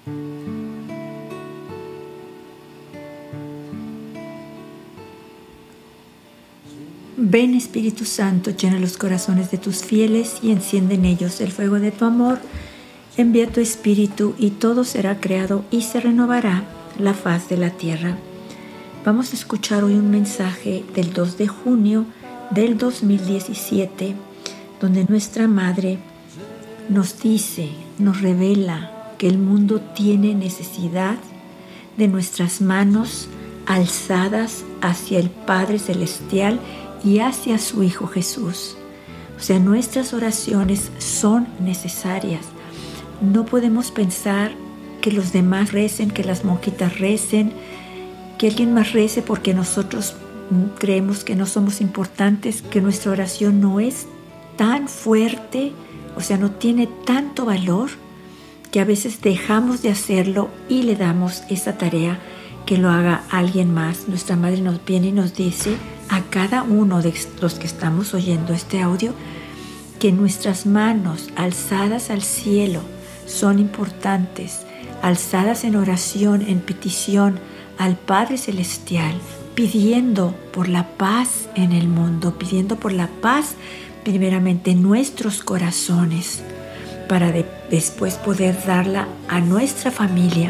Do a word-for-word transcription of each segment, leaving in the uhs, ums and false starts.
Ven Espíritu Santo, llena los corazones de tus fieles y enciende en ellos el fuego de tu amor. Envía tu Espíritu y todo será creado y se renovará la faz de la tierra. Vamos a escuchar hoy un mensaje del dos de junio del dos mil diecisiete, donde nuestra Madre nos dice, nos revela que el mundo tiene necesidad de nuestras manos alzadas hacia el Padre Celestial y hacia su Hijo Jesús. O sea, nuestras oraciones son necesarias. No podemos pensar que los demás recen, que las monjitas recen, que alguien más rece porque nosotros creemos que no somos importantes, que nuestra oración no es tan fuerte, o sea, no tiene tanto valor, que a veces dejamos de hacerlo y le damos esa tarea que lo haga alguien más. Nuestra Madre nos viene y nos dice a cada uno de los que estamos oyendo este audio que nuestras manos alzadas al cielo son importantes, alzadas en oración, en petición al Padre Celestial, pidiendo por la paz en el mundo, pidiendo por la paz primeramente en nuestros corazones, para de, después poder darla a nuestra familia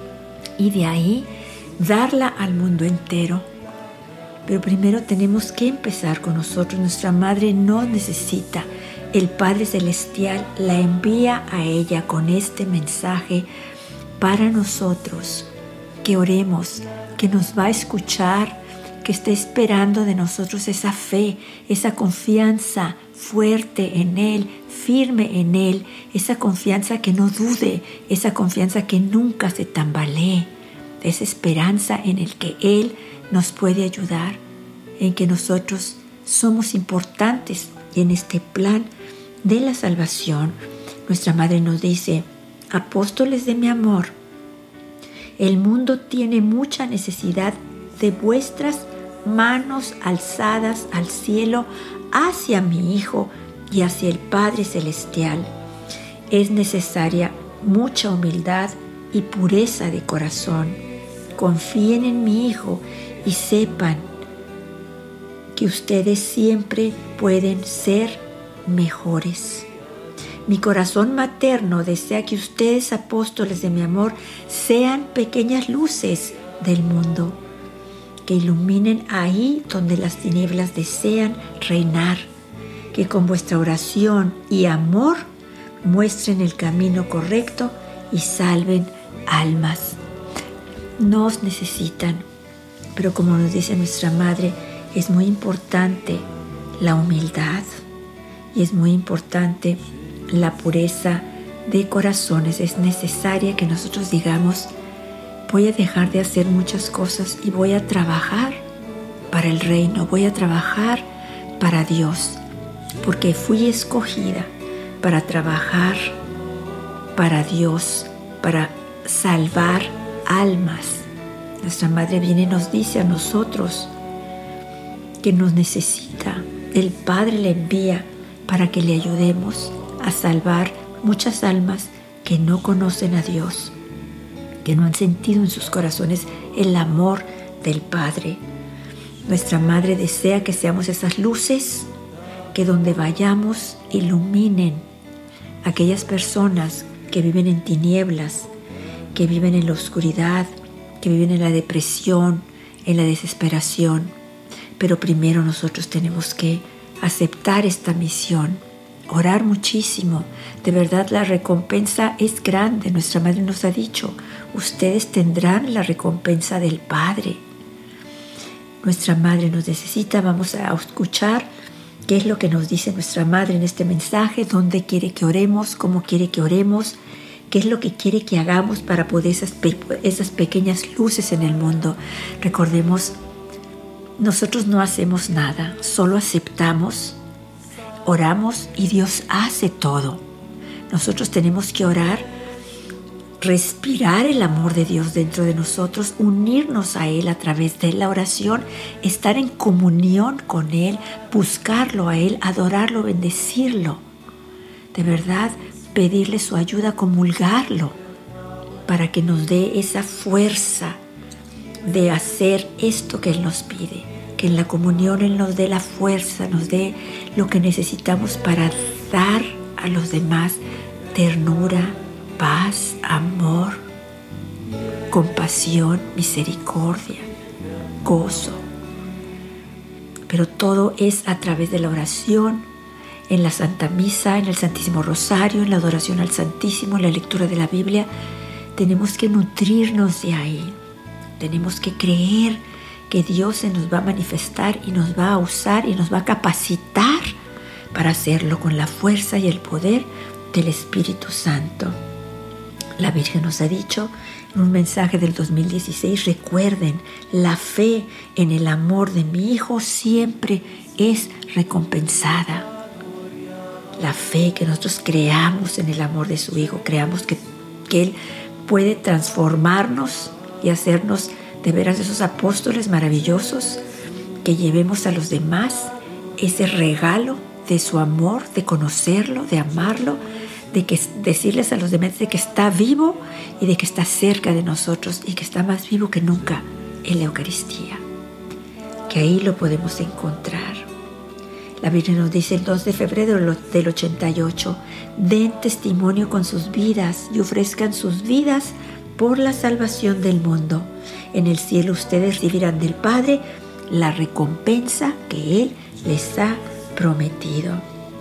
y de ahí darla al mundo entero. Pero primero tenemos que empezar con nosotros. Nuestra Madre no necesita. El Padre Celestial la envía a ella con este mensaje para nosotros, que oremos, que nos va a escuchar, que está esperando de nosotros esa fe, esa confianza fuerte en Él, firme en Él, esa confianza que no dude, esa confianza que nunca se tambalee, esa esperanza en el que Él nos puede ayudar, en que nosotros somos importantes y en este plan de la salvación. Nuestra Madre nos dice: apóstoles de mi amor, el mundo tiene mucha necesidad de vuestras manos alzadas al cielo hacia mi Hijo y hacia el Padre Celestial. Es necesaria mucha humildad y pureza de corazón. Confíen en mi Hijo y sepan que ustedes siempre pueden ser mejores. Mi corazón materno desea que ustedes, apóstoles de mi amor, sean pequeñas luces del mundo, que iluminen ahí donde las tinieblas desean reinar, que con vuestra oración y amor muestren el camino correcto y salven almas. Nos necesitan, pero como nos dice nuestra Madre, es muy importante la humildad y es muy importante la pureza de corazones. Es necesaria que nosotros digamos: voy a dejar de hacer muchas cosas y voy a trabajar para el reino, voy a trabajar para Dios, porque fui escogida para trabajar para Dios, para salvar almas. Nuestra Madre viene y nos dice a nosotros que nos necesita. El Padre le envía para que le ayudemos a salvar muchas almas que no conocen a Dios, que no han sentido en sus corazones el amor del Padre. Nuestra Madre desea que seamos esas luces que donde vayamos iluminen a aquellas personas que viven en tinieblas, que viven en la oscuridad, que viven en la depresión, en la desesperación. Pero primero nosotros tenemos que aceptar esta misión, orar muchísimo. De verdad, la recompensa es grande. Nuestra Madre nos ha dicho: ustedes tendrán la recompensa del Padre. Nuestra Madre nos necesita. Vamos a escuchar qué es lo que nos dice nuestra Madre en este mensaje, dónde quiere que oremos, cómo quiere que oremos, qué es lo que quiere que hagamos para poder esas, pe- esas pequeñas luces en el mundo. Recordemos, nosotros no hacemos nada, solo aceptamos, oramos y Dios hace todo. Nosotros tenemos que orar, respirar el amor de Dios dentro de nosotros, unirnos a Él a través de la oración, estar en comunión con Él, buscarlo a Él, adorarlo, bendecirlo. De verdad, pedirle su ayuda, comulgarlo. para que nos dé esa fuerza de hacer esto que Él nos pide, que en la comunión Él nos dé la fuerza, nos dé lo que necesitamos para dar a los demás ternura, paz, amor, compasión, misericordia, gozo. Pero todo es a través de la oración, en la Santa Misa, en el Santísimo Rosario, en la adoración al Santísimo, en la lectura de la Biblia. Tenemos que nutrirnos de ahí. Tenemos que creer que Dios se nos va a manifestar y nos va a usar y nos va a capacitar para hacerlo con la fuerza y el poder del Espíritu Santo. La Virgen nos ha dicho en un mensaje del dos mil dieciséis, recuerden, la fe en el amor de mi Hijo siempre es recompensada. La fe que nosotros creamos en el amor de su Hijo, creamos que, que Él puede transformarnos y hacernos de veras esos apóstoles maravillosos, que llevemos a los demás ese regalo de su amor, de conocerlo, de amarlo, de que decirles a los demás de que está vivo y de que está cerca de nosotros y que está más vivo que nunca en la Eucaristía, que ahí lo podemos encontrar. La Virgen nos dice el dos de febrero del ochenta y ocho, den testimonio con sus vidas y ofrezcan sus vidas por la salvación del mundo. En el cielo ustedes recibirán del Padre la recompensa que Él les ha prometido.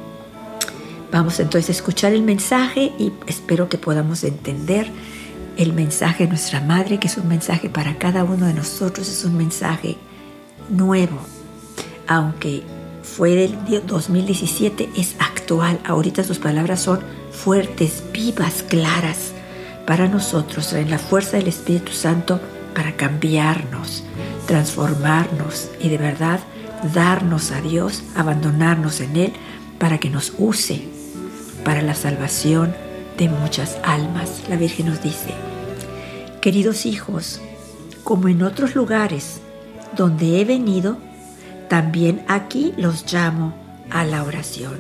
Vamos entonces a escuchar el mensaje y espero que podamos entender el mensaje de nuestra Madre, que es un mensaje para cada uno de nosotros, es un mensaje nuevo, aunque fue del dos mil diecisiete, es actual. Ahorita sus palabras son fuertes, vivas, claras para nosotros, traen la fuerza del Espíritu Santo para cambiarnos, transformarnos y de verdad darnos a Dios, abandonarnos en Él para que nos use para la salvación de muchas almas. La Virgen nos dice, queridos hijos, como en otros lugares donde he venido, también aquí los llamo a la oración.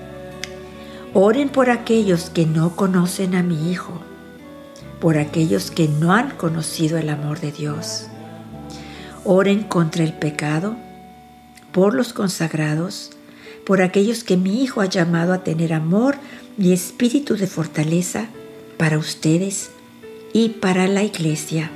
Oren por aquellos que no conocen a mi Hijo, por aquellos que no han conocido el amor de Dios. Oren contra el pecado, por los consagrados, por aquellos que mi Hijo ha llamado a tener amor y espíritu de fortaleza para ustedes y para la Iglesia.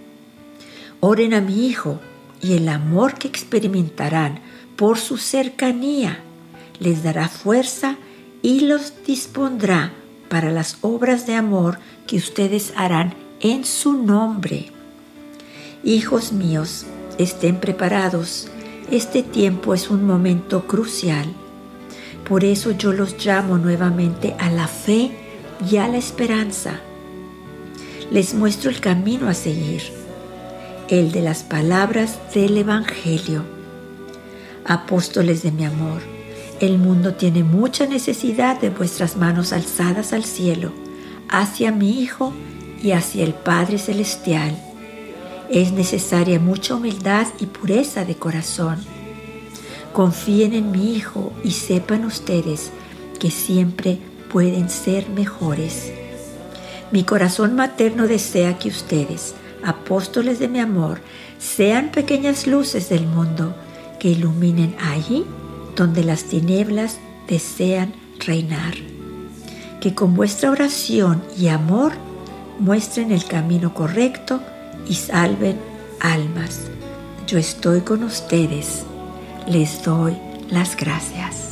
Oren a mi Hijo y el amor que experimentarán por su cercanía les dará fuerza y los dispondrá para las obras de amor que ustedes harán en su nombre. Hijos míos, estén preparados. Este tiempo es un momento crucial. Por eso yo los llamo nuevamente a la fe y a la esperanza. Les muestro el camino a seguir, el de las palabras del Evangelio. Apóstoles de mi amor, el mundo tiene mucha necesidad de vuestras manos alzadas al cielo, hacia mi Hijo y hacia el Padre Celestial. Es necesaria mucha humildad y pureza de corazón. Confíen en mi Hijo y sepan ustedes que siempre pueden ser mejores. Mi corazón materno desea que ustedes, apóstoles de mi amor, sean pequeñas luces del mundo que iluminen allí donde las tinieblas desean reinar. Que con vuestra oración y amor muestren el camino correcto y salven almas. Yo estoy con ustedes. Les doy las gracias.